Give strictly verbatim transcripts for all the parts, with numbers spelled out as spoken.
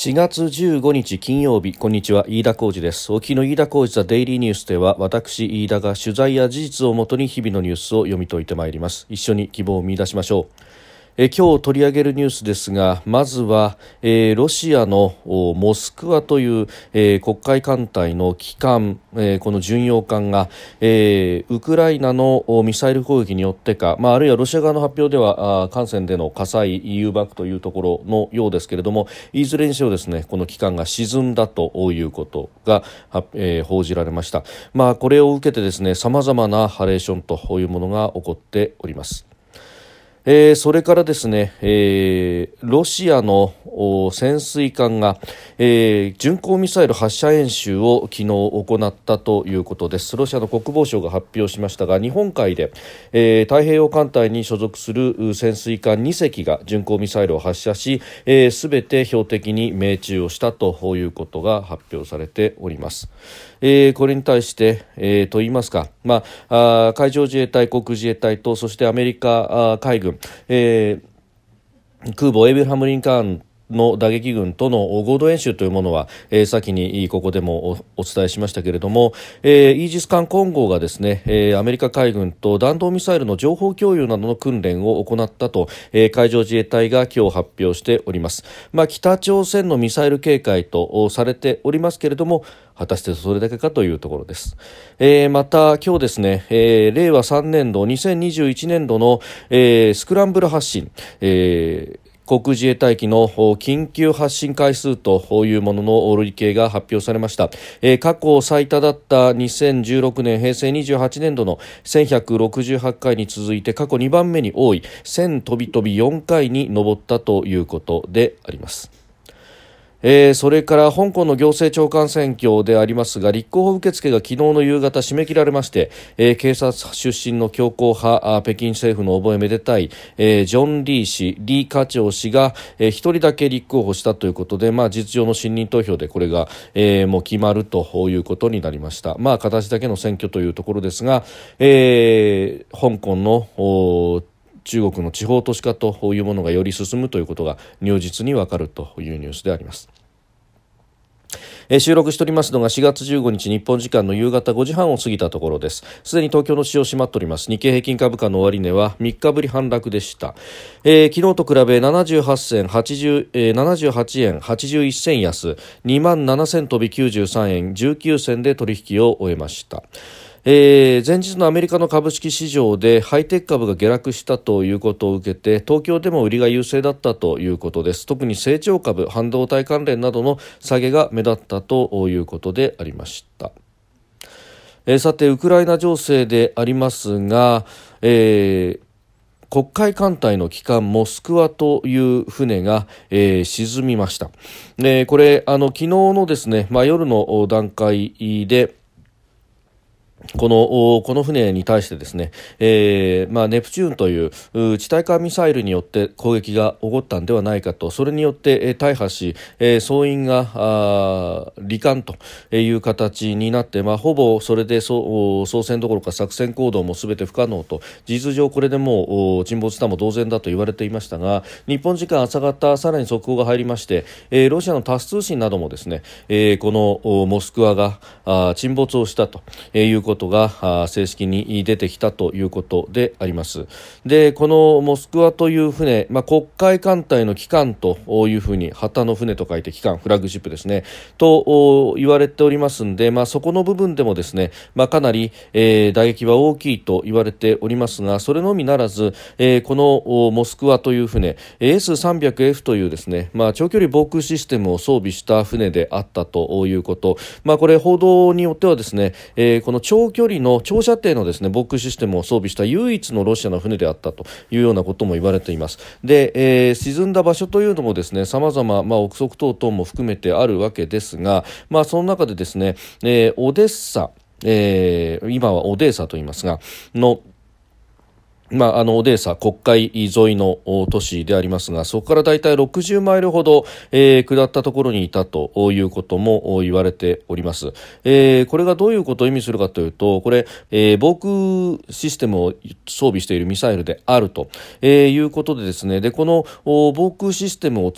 しがつじゅうごにち金曜日、こんにちは、飯田浩司です。お聞きの飯田浩司ザデイリーニュースでは、私飯田が取材や事実をもとに日々のニュースを読み解いてまいります。一緒に希望を見出しましょう。え今日取り上げるニュースですが、まずは、えー、ロシアのモスクワという、えー、黒海艦隊の旗艦、えー、この巡洋艦が、えー、ウクライナのミサイル攻撃によってか、まあ、あるいはロシア側の発表ではあ艦船での火災誘爆というところのようですけれども、いずれにせよですね、この旗艦が沈んだということが、えー、報じられました。まあ、これを受けてですね、様々なハレーションというものが起こっております。えー、それからですね、えー、ロシアの潜水艦が、えー、巡航ミサイル発射演習を昨日行ったということです。ロシアの国防省が発表しましたが、日本海で、えー、太平洋艦隊に所属する潜水艦にせきが巡航ミサイルを発射し、えー、全て標的に命中をしたということが発表されております。えー、これに対して、えー、と言いますか、まあ、あ海上自衛隊、航空自衛隊とそしてアメリカ海軍、えー、空母エイブラハム・リンカーンの打撃群との合同演習というものは、えー、先にここでも お, お伝えしましたけれども、えー、イージス艦金剛がですね、えー、アメリカ海軍と弾道ミサイルの情報共有などの訓練を行ったと、えー、海上自衛隊が今日発表しております。まあ、北朝鮮のミサイル警戒とされておりますけれども、果たしてそれだけかというところです。えー、また今日ですね、えー、れいわさんねんどにせんにじゅういちねんどの、えー、スクランブル発進、えー航空自衛隊機の緊急発進回数というものの累計が発表されました。えー、過去最多だったにせんじゅうろくねん、へいせいにじゅうはちねんどのせんひゃくろくじゅうはちかいに続いて過去にばんめに多いせん飛び飛びよんかいに上ったということであります。えー、それから香港の行政長官選挙でありますが、立候補受付が昨日の夕方締め切られまして、えー、警察出身の強硬派北京政府の覚えめでたい、えー、ジョン・リー氏、リー・カチョウ氏が、えー、一人だけ立候補したということで、まあ、事実上の信任投票でこれが、えー、もう決まるということになりました。まあ、形だけの選挙というところですが、えー、香港の中国の地方都市化というものがより進むということが如実にわかるというニュースであります。えー、収録しておりますのがしがつじゅうごにち日本時間の夕方ごじはんを過ぎたところです。すでに東京の市場閉まっております。日経平均株価の終値はみっかぶり反落でした。えー、昨日と比べななじゅうはちせんはちじゅう、えー、ななじゅうはちえんはちじゅういっせん安 にまんななせん飛びきゅうじゅうさんえんじゅうきゅうせんで取引を終えました。えー、前日のアメリカの株式市場でハイテク株が下落したということを受けて、東京でも売りが優勢だったということです。特に成長株、半導体関連などの下げが目立ったということでありました。えー、さてウクライナ情勢でありますが、えー黒海艦隊の旗艦モスクワという船が、えー、沈みました。えー、これあの昨日のですね、まあ、夜の段階でこの、この船に対してですね、えーまあ、ネプチューンという地対艦ミサイルによって攻撃が起こったんではないかと、それによって、えー、大破し、えー、総員があ罹難という形になって、まあ、ほぼそれで操船どころか作戦行動も全て不可能と、事実上これでもう沈没したも同然だと言われていましたが、日本時間朝方さらに速報が入りまして、えー、ロシアのタス通信などもですね、えー、このモスクワがあ沈没をしたということが正式に出てきたということであります。で、このモスクワという船、まあ、黒海艦隊の旗艦というふうに、旗の船と書いて旗艦、フラッグシップですねと言われておりますんで、まあ、そこの部分でもですね、まあ、かなり、えー、打撃は大きいと言われておりますが、それのみならず、えー、このモスクワという船 エスさんびゃくエフ というですね、まあ、長距離防空システムを装備した船であったということ、まあ、これ報道によってはですね、えー、この長距離の長射程のですね防空システムを装備した唯一のロシアの船であったというようなことも言われています。で、えー、沈んだ場所というのもですね、様々、まあ、憶測等々も含めてあるわけですが、まあ、その中でですね、えー、オデッサ、えー、今はオデーサと言いますがのまあ、あのオデーサ黒海沿いの都市でありますが、そこからだいたいろくじゅうマイルほど、えー、下ったところにいたということも言われております。えー、これがどういうことを意味するかというと、これ、えー、防空システムを装備しているミサイルであると、えー、いうことでですね、でこの防空システムを使って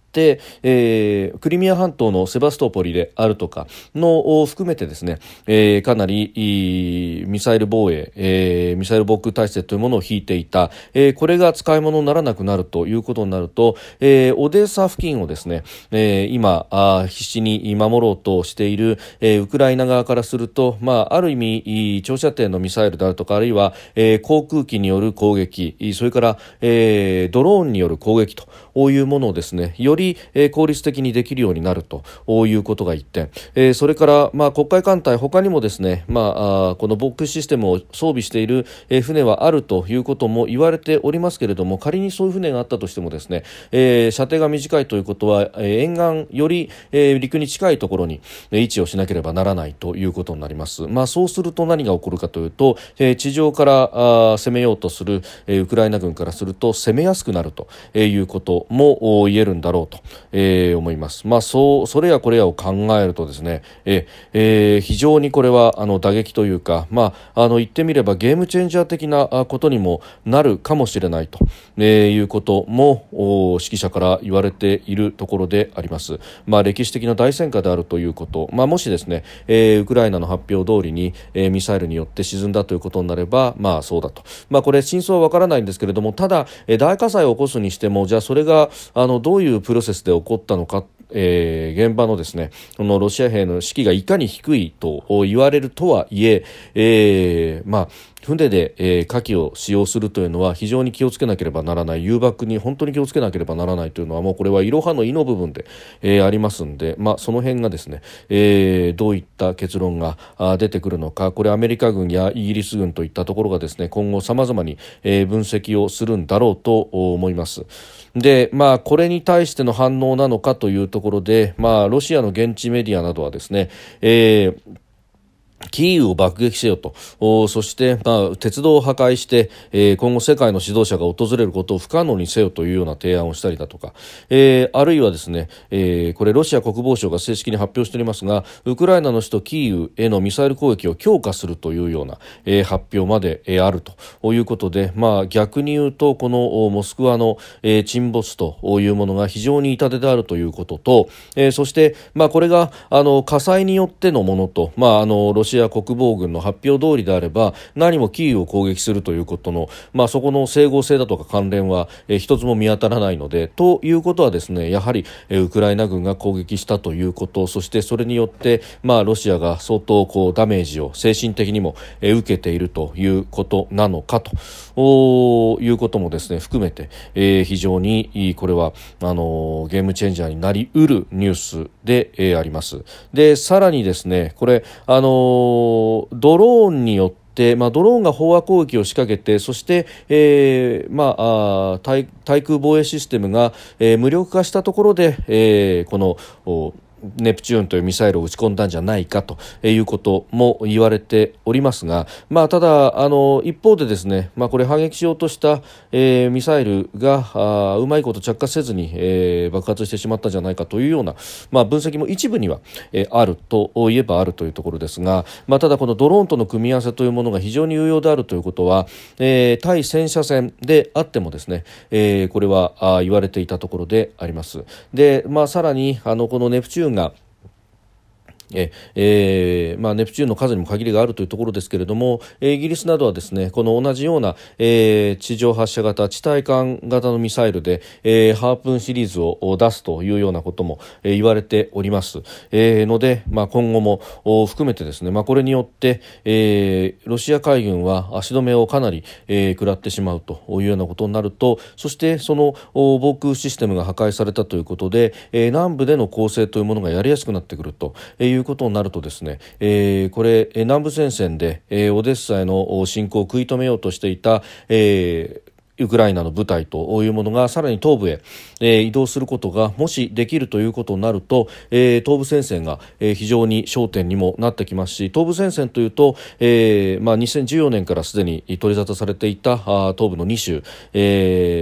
で、えー、クリミア半島のセバストポリであるとかのを含めてですね、えー、かなりミサイル防衛、えー、ミサイル防空体制というものを引いていた、えー、これが使い物にならなくなるということになると、えー、オデーサ付近をですね、えー、今あ必死に守ろうとしている、えー、ウクライナ側からすると、まあ、ある意味長射程のミサイルであるとか、あるいは、えー、航空機による攻撃、それから、えー、ドローンによる攻撃というものをですね、より効率的にできるようになるということが一点、えー、それから、まあ、黒海艦隊他にもですね、まあ、あこの防空システムを装備している、えー、船はあるということも言われておりますけれども、仮にそういう船があったとしてもですね、えー、射程が短いということは、えー、沿岸より、えー、陸に近いところに、えー、位置をしなければならないということになります。まあ、そうすると何が起こるかというと、えー、地上からあ攻めようとする、えー、ウクライナ軍からすると攻めやすくなるということも言えるんだろうと、えー、思います。まあ、そうそれやこれやを考えるとですね、ええー、非常にこれはあの打撃というか、まあ、あの言ってみればゲームチェンジャー的なことにもなるかもしれないと、えー、いうことも指揮者から言われているところであります。まあ、歴史的な大戦果であるということ、まあ、もしですね、えー、ウクライナの発表通りに、えー、ミサイルによって沈んだということになれば、まあそうだと、まあ、これ真相はわからないんですけれども、ただ、えー、大火災を起こすにしても、じゃあそれがあのどういうプロセスで起こったのか、えー、現場のですね、このロシア兵の士気がいかに低いと言われるとはいえ、えー、まあ船で、えー、火器を使用するというのは非常に気をつけなければならない、誘爆に本当に気をつけなければならないというのは、もうこれはイロハのイの部分で、えー、ありますんで、まあ、その辺がですね、えー、どういった結論が出てくるのか、これアメリカ軍やイギリス軍といったところがですね、今後様々に、えー、分析をするんだろうと思います。で、まあ、これに対しての反応なのかというところで、まあ、ロシアの現地メディアなどはですね、えーキーウを爆撃せよと、そして、まあ、鉄道を破壊して、えー、今後世界の指導者が訪れることを不可能にせよというような提案をしたりだとか、えー、あるいはですね、えー、これロシア国防省が正式に発表しておりますが、ウクライナの首都キーウへのミサイル攻撃を強化するというような、えー、発表まで、えー、あるということで、まあ、逆に言うとこのモスクワの、えー、沈没というものが非常に痛手であるということと、えー、そして、まあ、これがあの火災によってのものと、まあ、あのロシアロシア国防軍の発表通りであれば、何もキーウを攻撃するということの、まあ、そこの整合性だとか関連は、えー、一つも見当たらないので、ということはですね、やはり、えー、ウクライナ軍が攻撃したということ、そしてそれによって、まあ、ロシアが相当こうダメージを精神的にも、えー、受けているということなのかということもですね含めて、えー、非常にこれはあのー、ゲームチェンジャーになりうるニュースで、えー、あります。で、さらにですね、これあのードローンによってまあ、ドローンが飽和攻撃を仕掛けて、そして、えーまあ、あ 対, 対空防衛システムが、えー、無力化したところで、えー、このネプチューンというミサイルを撃ち込んだんじゃないかということも言われておりますが、まあ、ただあの一方でですね、まあ、これ反撃しようとした、えー、ミサイルがあうまいこと着火せずに、えー、爆発してしまったんじゃないかというような、まあ、分析も一部には、えー、あるといえばあるというところですが、まあ、ただこのドローンとの組み合わせというものが非常に有用であるということは、えー、対戦車戦であってもですね、えー、これはあ言われていたところであります。で、まあ、さらにあのこのネプチューンがええーまあ、ネプチューンの数にも限りがあるというところですけれども、イギリスなどはですね、この同じような、えー、地上発射型地対艦型のミサイルで、えー、ハープンシリーズを出すというようなことも、えー、言われております、えー、ので、まあ、今後も含めてですね、まあ、これによって、えー、ロシア海軍は足止めをかなり、えー、食らってしまうというようなことになると、そしてその防空システムが破壊されたということで、えー、南部での攻勢というものがやりやすくなってくるといういうことになるとですね、えー、これ南部戦線で、えー、オデッサへの侵攻を食い止めようとしていた、えーウクライナの部隊というものがさらに東部へ、えー、移動することがもしできるということになると、えー、東部戦線が、えー、非常に焦点にもなってきますし、東部戦線というと、えーまあ、にせんじゅうよねんからすでに取り沙汰されていたあ東部のに州、えー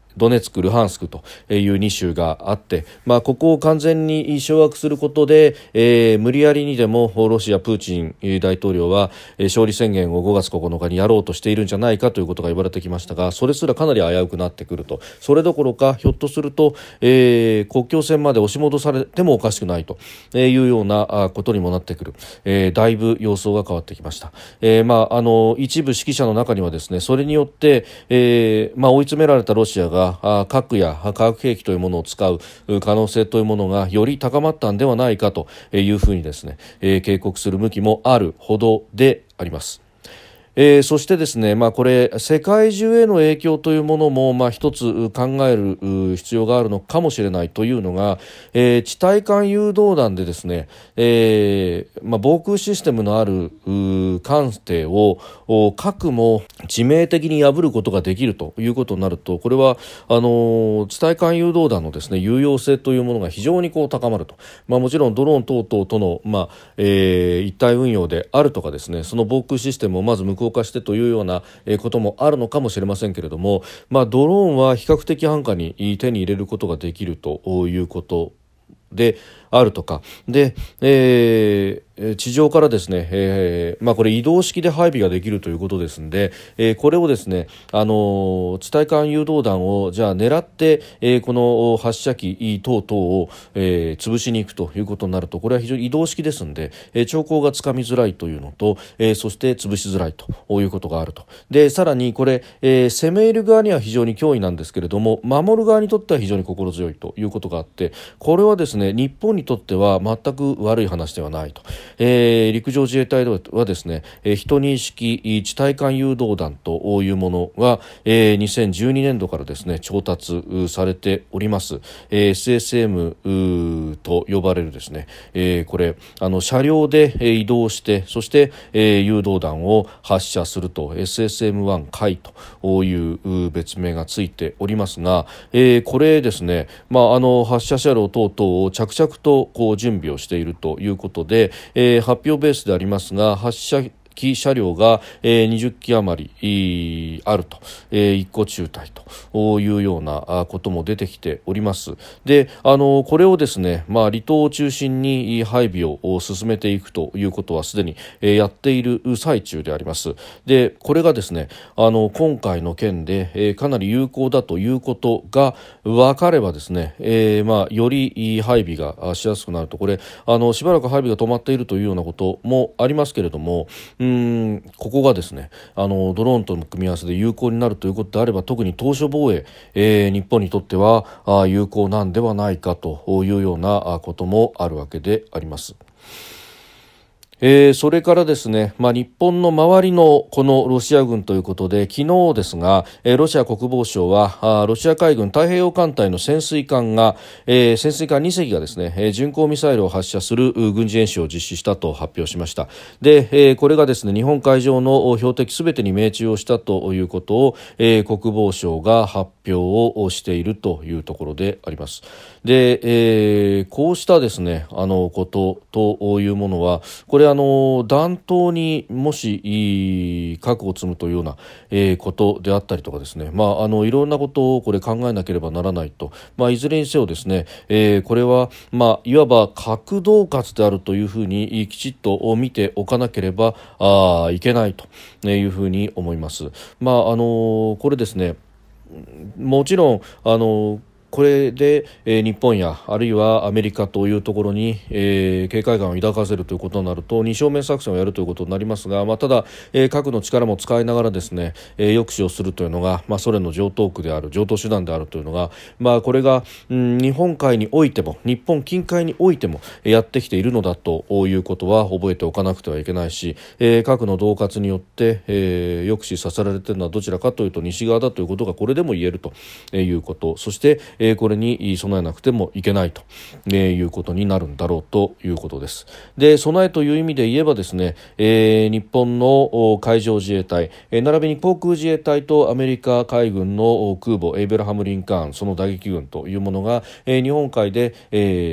ドネツク、ルハンスクというに州があって、まあ、ここを完全に掌握することで、えー、無理やりにでもロシアプーチン大統領は勝利宣言をごがつここのかにやろうとしているんじゃないかということが言われてきましたが、それすらかなり危うくなってくると。それどころかひょっとすると、えー、国境線まで押し戻されてもおかしくないというようなことにもなってくる、えー、だいぶ様相が変わってきました。えーまあ、あの一部識者の中にはですね、それによって、えーまあ、追い詰められたロシアが核や化学兵器というものを使う可能性というものがより高まったんではないかというふうにですね、えー、警告する向きもあるほどであります。えー、そしてですね、まあ、これ世界中への影響というものも、まあ、一つ考える必要があるのかもしれないというのが、えー、地対艦誘導弾でですね、えーまあ、防空システムのある艦艇を核も致命的に破ることができるということになると、これはあの地対艦誘導弾のですね、有用性というものが非常にこう高まると、まあ、もちろんドローン等々との、まあえー、一体運用であるとかですね、その防空システムをまず無効化してというようなこともあるのかもしれませんけれども、まあ、ドローンは比較的安価に手に入れることができるということであるとかで、えー地上からですね、えーまあ、これ移動式で配備ができるということですので、えー、これをですね、あのー、地対艦誘導弾をじゃあ狙って、えー、この発射機等々を、えー、潰しに行くということになると、これは非常に移動式ですので、えー、兆候がつかみづらいというのと、えー、そして潰しづらいということがあると。でさらにこれ、えー、攻め入る側には非常に脅威なんですけれども、守る側にとっては非常に心強いということがあって、これはですね、日本にとっては全く悪い話ではないと。えー、陸上自衛隊ではですね、えー、ひとに式地対艦誘導弾というものが、えー、にせんじゅうにねんどからですね調達されております、えー、エスエスエム と呼ばれるですね、えー、これあの車両で移動して、そして、えー、誘導弾を発射すると エスエスエムワン 海という別名がついておりますが、えー、これですね、まあ、あの発射車両等々を着々とこう準備をしているということで、えー、発表ベースでありますが、発射機車両が、えー、にじゅっき余りあると、えー、いっこ中隊というようなことも出てきております。で、あのこれをですね、まあ、離島を中心に配備を進めていくということはすでに、えー、やっている最中であります。で、これがですね、あの今回の件で、えー、かなり有効だということが分かればですね、えーまあ、より配備がしやすくなると、これあのしばらく配備が止まっているというようなこともありますけれども、うーんここがですね、あのドローンとの組み合わせで有効になるということであれば、特に島嶼防衛、えー、日本にとってはあ有効なんではないかというようなこともあるわけであります。えー、それからですね、まあ、日本の周りのこのロシア軍ということで、昨日ですが、えー、ロシア国防省はあロシア海軍太平洋艦隊の潜水艦が、えー、潜水艦に隻がですね、えー、巡航ミサイルを発射する軍事演習を実施したと発表しました。で、えー、これがですね、日本海上の標的すべてに命中をしたということを、えー、国防省が発表をしているというところであります。で、えー、こうしたですね、あのことというものは、これあの弾頭にもし核を積むというような、えー、ことであったりとかですね、まあ、あのいろんなことをこれ考えなければならないと、まあ、いずれにせよですね、えー、これは、まあ、いわば核恫喝であるというふうにきちっと見ておかなければあいけないというふうに思います。まあ、あのこれですね、もちろんあのこれで、えー、日本やあるいはアメリカというところに、えー、警戒感を抱かせるということになると二正面作戦をやるということになりますが、まあ、ただ、えー、核の力も使いながらですね、えー、抑止をするというのが、まあ、ソ連の常套句である常套手段であるというのが、まあ、これが、うん、日本海においても日本近海においてもやってきているのだということは覚えておかなくてはいけないし、えー、核の恫喝によって、えー、抑止させられているのはどちらかというと西側だということがこれでも言えるということ、そしてえー、これに備えなくてもいけないと、えー、いうことになるんだろうということです。で、備えという意味で言えばですね、えー、日本の海上自衛隊、えー、並びに航空自衛隊とアメリカ海軍の空母エイブラハム・リンカーン、その打撃群というものが、えー、日本海で、えー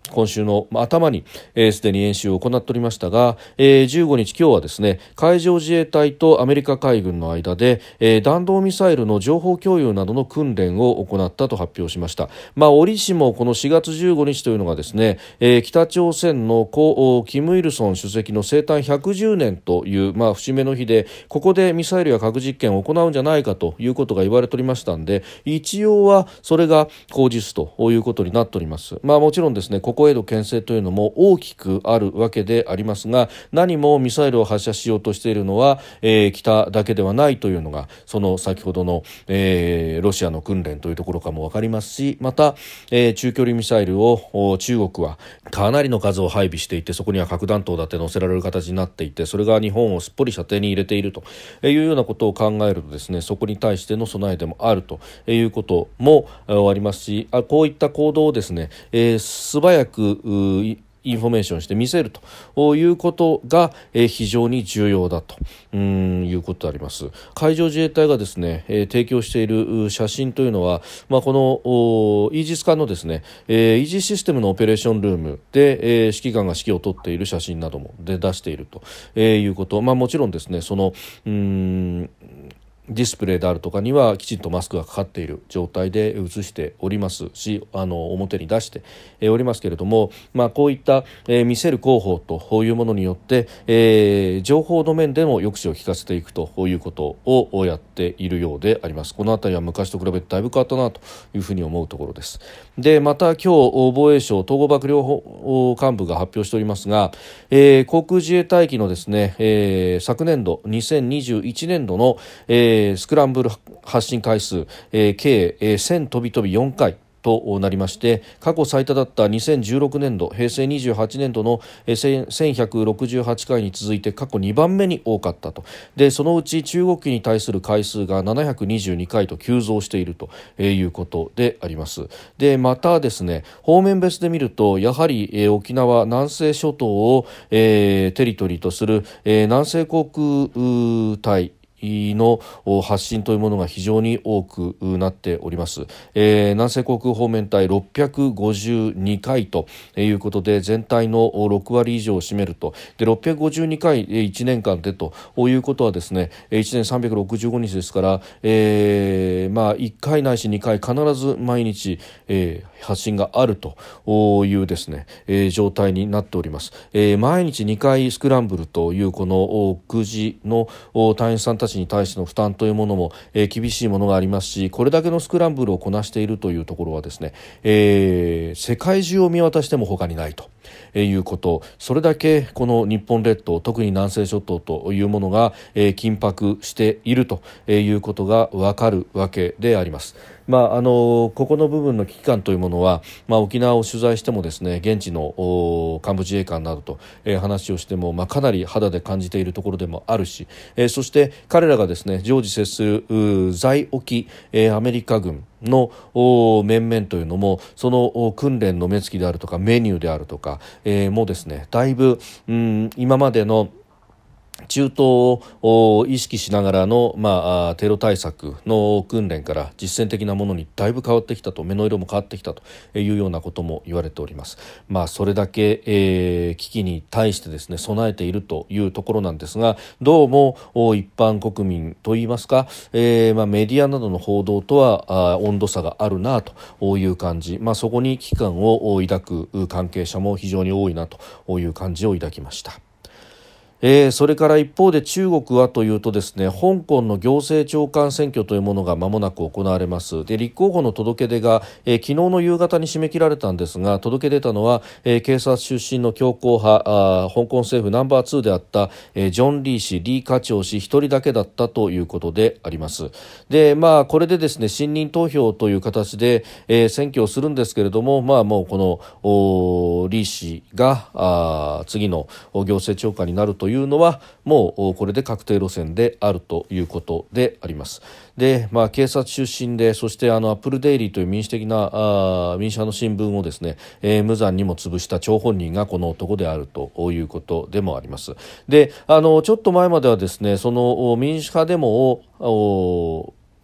今週の頭にすで、えー、に演習を行っておりましたが、えー、じゅうごにち今日はですね、海上自衛隊とアメリカ海軍の間で、えー、弾道ミサイルの情報共有などの訓練を行ったと発表しました。まあ、折しもこのしがつじゅうごにちというのがですね、えー、北朝鮮の故キム・イルソン主席の生誕ひゃくじゅうねんという、まあ、節目の日で、ここでミサイルや核実験を行うんじゃないかということが言われておりましたので、一応はそれが口実ということになっております。まあ、もちろんですね、ここへの牽制というのも大きくあるわけでありますが、何もミサイルを発射しようとしているのは、えー、北だけではないというのが、その先ほどの、えー、ロシアの訓練というところかも分かりますし、また、えー、中距離ミサイルを中国はかなりの数を配備していて、そこには核弾頭だって載せられる形になっていて、それが日本をすっぽり射程に入れているというようなことを考えるとですね、そこに対しての備えでもあるということもありますし、あこういった行動をですね、えー、素早くインフォメーションして見せるということが、えー、非常に重要だとうんいうことであります。海上自衛隊がですね、えー、提供している写真というのは、まあ、このイージス艦のですね、えー、イージーシステムのオペレーションルームで、えー、指揮官が指揮を取っている写真などもで出していると、えー、いうこと、まあ、もちろんですね、そのうーんディスプレイであるとかにはきちんとマスクがかかっている状態で映しておりますし、あの表に出しておりますけれども、まあ、こういった、えー、見せる広報というものによって、えー、情報の面でも抑止を効かせていくということをやっているようであります。このあたりは昔と比べてだいぶ変わったなというふうに思うところです。で、また今日防衛省統合幕僚幹部が発表しておりますが、えー、航空自衛隊機のですね、えー、昨年度にせんにじゅういちねんどの、えースクランブル発進回数、えー、計、えー、せん飛び飛びよんかいとなりまして、過去最多だったにせんじゅうろくねんど、平成にじゅうはちねんどのせんひゃくろくじゅうはちかいに続いて過去にばんめに多かったと。で、そのうち中国機に対する回数がななひゃくにじゅうにかいと急増しているということであります。で、またですね、方面別で見ると、やはり、えー、沖縄南西諸島を、えー、テリトリーとする、えー、南西航空隊の発信というものが非常に多くなっております。えー、南西航空方面隊ろっぴゃくごじゅうにかいということで、全体のろくわり以上を占めると。で、ろっぴゃくごじゅうにかいいちねんかんでということはですね、いちねんさんびゃくろくじゅうごにちですから、えー、まあいっかいないしにかい必ず毎日、えー、発信があるというですね、えー、状態になっております。えー、毎日にかいスクランブルというこの空自の隊員さんたちに対しての負担というものも、えー、厳しいものがありますし、これだけのスクランブルをこなしているというところはですね、えー、世界中を見渡しても他にないということ、それだけこの日本列島、特に南西諸島というものが、えー、緊迫しているということがわかるわけであります。まあ、あのここの部分の危機感というものは、まあ、沖縄を取材してもですね、現地の幹部自衛官などと、えー、話をしても、まあ、かなり肌で感じているところでもあるし、えー、そして彼らがですね、常時接する在沖、えー、アメリカ軍の面々というのも、その訓練の目つきであるとかメニューであるとか、えー、もうですね、だいぶ、うん、今までの中東を意識しながらの、まあ、テロ対策の訓練から実践的なものにだいぶ変わってきたと、目の色も変わってきたというようなことも言われております。まあ、それだけ、えー、危機に対してですね、備えているというところなんですが、どうも一般国民といいますか、えーまあ、メディアなどの報道とは温度差があるなという感じ、まあ、そこに危機感を抱く関係者も非常に多いなという感じを抱きました。えー、それから一方で中国はというとですね、香港の行政長官選挙というものが間もなく行われます。で、立候補の届け出が、えー、昨日の夕方に締め切られたんですが、届け出たのは、えー、警察出身の強硬派、あ香港政府ナンバーツーであった、えー、ジョン・リー氏、リー・カチョウ氏一人だけだったということであります。で、まあこれでですね、信任投票という形で、えー、選挙をするんですけれども、まあもうこのリー氏があ次の行政長官になるとというのはもうこれで確定路線であるということであります。で、まあ、警察出身で、そしてあのアップルデイリーという民主的なあ民主派の新聞をですね、えー、無残にも潰した張本人がこの男であるということでもあります。で、あのちょっと前まではですね、その民主派デモを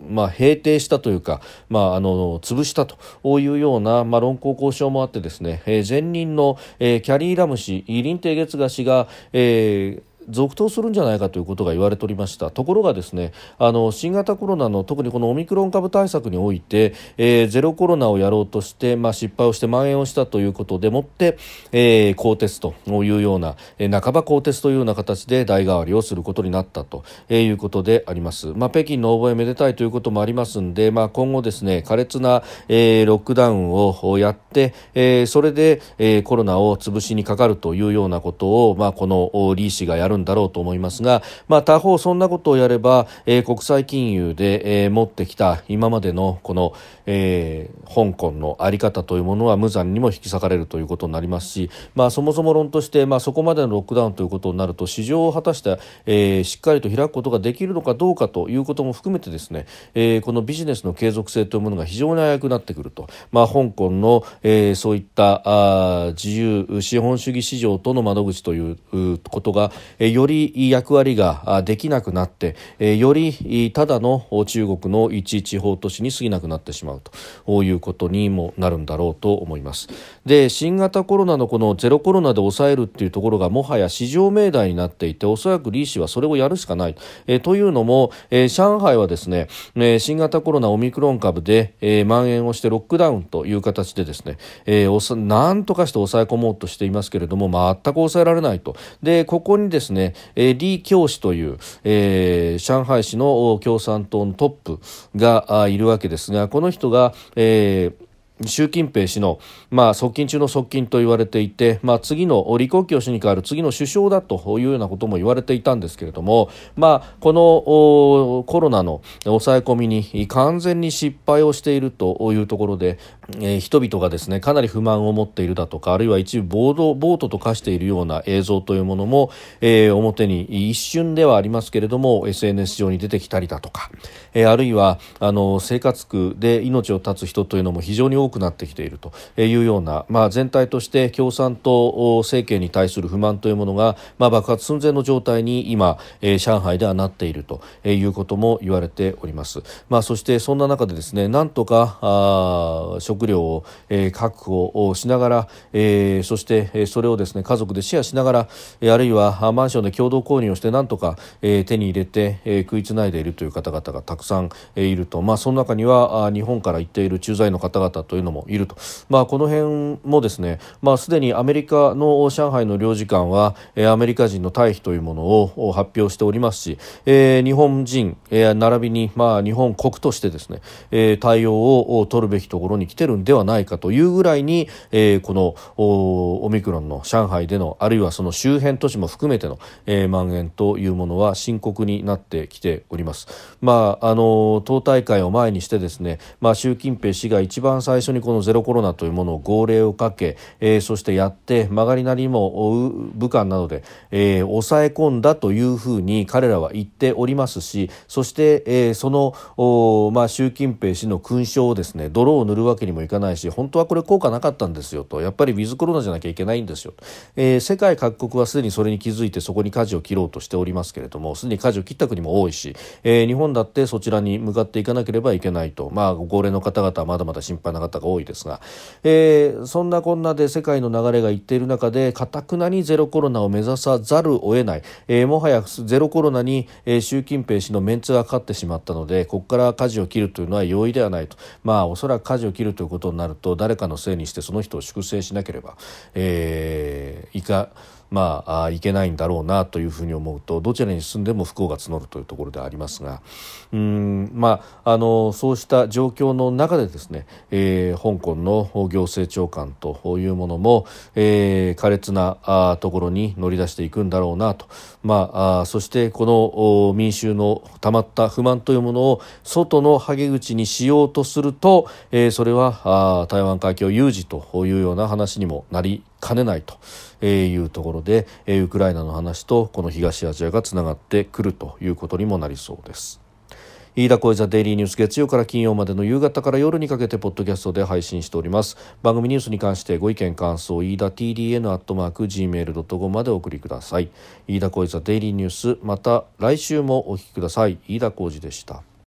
まあ、平定したというか、まあ、あの潰したというような、まあ、論功行賞もあってですね、えー、前任の、えー、キャリー・ラム氏、リンテイ・ゲツガ氏が、えー続投するんじゃないかということが言われておりました。ところがですね、あの新型コロナの特にこのオミクロン株対策において、えー、ゼロコロナをやろうとして、まあ、失敗をして蔓延をしたということでもって、えー、更迭というような、えー、半ば更迭というような形で代替わりをすることになったということであります。まあ、北京の応募めでたいということもありますので、まあ、今後ですね、苛烈な、えー、ロックダウンをやって、えー、それで、えー、コロナを潰しにかかるというようなことを、まあ、この李氏がやるんだろうと思いますが、まあ、他方そんなことをやれば、えー、国際金融で、えー、持ってきた今までのこの、えー、香港の在り方というものは無残にも引き裂かれるということになりますし、まあ、そもそも論として、まあ、そこまでのロックダウンということになると市場を果たして、えー、しっかりと開くことができるのかどうかということも含めてですね、えー、このビジネスの継続性というものが非常に危うくなってくると、まあ、香港の、えー、そういったあ自由資本主義市場との窓口ということが、えー、より役割ができなくなって、えー、よりただの中国の一地方都市に過ぎなくなってしまうということにもなるんだろうと思います。で、新型コロナのこのゼロコロナで抑えるっていうところがもはや至上命題になっていて、おそらく李氏はそれをやるしかない、えー、というのも、えー、上海はですね、えー、新型コロナオミクロン株で、えー、蔓延をしてロックダウンという形でですね、えー、おさなんとかして抑え込もうとしていますけれども、全く抑えられないと。で、ここにですね、えー、李強氏という、えー、上海市の共産党のトップがいるわけですが、この人が、えー習近平氏の、まあ、側近中の側近と言われていて、まあ、次の李克強氏に代わる次の首相だというようなことも言われていたんですけれども、まあ、このコロナの抑え込みに完全に失敗をしているというところで、えー、人々がですねかなり不満を持っているだとか、あるいは一部暴動暴徒と化しているような映像というものも、えー、表に一瞬ではありますけれども エスエヌエス 上に出てきたりだとか、えー、あるいはあの生活苦で命を絶つ人というのも非常に多くなってきているというような、まあ、全体として共産党政権に対する不満というものが、まあ、爆発寸前の状態に今、えー、上海ではなっているということも言われております。まあ、そしてそんな中でですね、なんとかあ食料を、えー、確保しながら、えー、そしてそれをですね家族でシェアしながら、あるいはマンションで共同購入をしてなんとか、えー、手に入れて、えー、食いつないでいるという方々がたくさん、えー、いると、まあ、その中には日本から行っている駐在の方々というのもいると、まあ、この辺もですね、まあ、すでにアメリカの上海の領事館は、えー、アメリカ人の退避というものを発表しておりますし、えー、日本人、えー、並びに、まあ、日本国としてですね、えー、対応を取るべきところに来てるんではないかというぐらいに、えー、このオミクロンの上海でのあるいはその周辺都市も含めての、えー、蔓延というものは深刻になってきております。まあ、あの党大会を前にしてですね、まあ、習近平氏が一番最初にこのゼロコロナというものを号令をかけ、えー、そしてやって曲がりなりも武漢などで、えー、抑え込んだというふうに彼らは言っておりますし、そして、えー、その、まあ、習近平氏の勲章をですね泥を塗るわけにもいかないし、本当はこれ効果なかったんですよと、やっぱりウィズコロナじゃなきゃいけないんですよ、えー、世界各国はすでにそれに気づいてそこに舵を切ろうとしておりますけれども、すでに舵を切った国も多いし、えー、日本だってそちらに向かっていかなければいけないと、まあ、ご高齢の方々はまだまだ心配な方が多いですが、えー、そんなこんなで世界の流れがいっている中で堅くなにゼロコロナを目指さざるを得ない、えー、もはやゼロコロナに、えー、習近平氏のメンツがかかってしまったので、ここから舵を切るというのは容易ではないと、まあ、おそらく舵を切るということになると誰かのせいにしてその人を粛清しなければ、えー、いかまあ、あいけないんだろうなというふうに思うと、どちらに進んでも不幸が募るというところでありますが、うーん、まあ、あのそうした状況の中でですね、えー、香港の行政長官というものも、えー、苛烈なあところに乗り出していくんだろうなと、まあ、あそしてこの民衆のたまった不満というものを外のはげ口にしようとすると、えー、それはあ台湾海峡有事というような話にもなりかねないというところで、ウクライナの話とこの東アジアがつながってくるということにもなりそうです。飯田浩司ザデイリーニュース、月曜から金曜までの夕方から夜にかけてポッドキャストで配信しております。番組ニュースに関してご意見感想、飯田 ティーディーエヌ アットマーク ジーメールドットコム までお送りください。飯田浩司ザデイリーニュース、また来週もお聞きください。飯田浩司でした。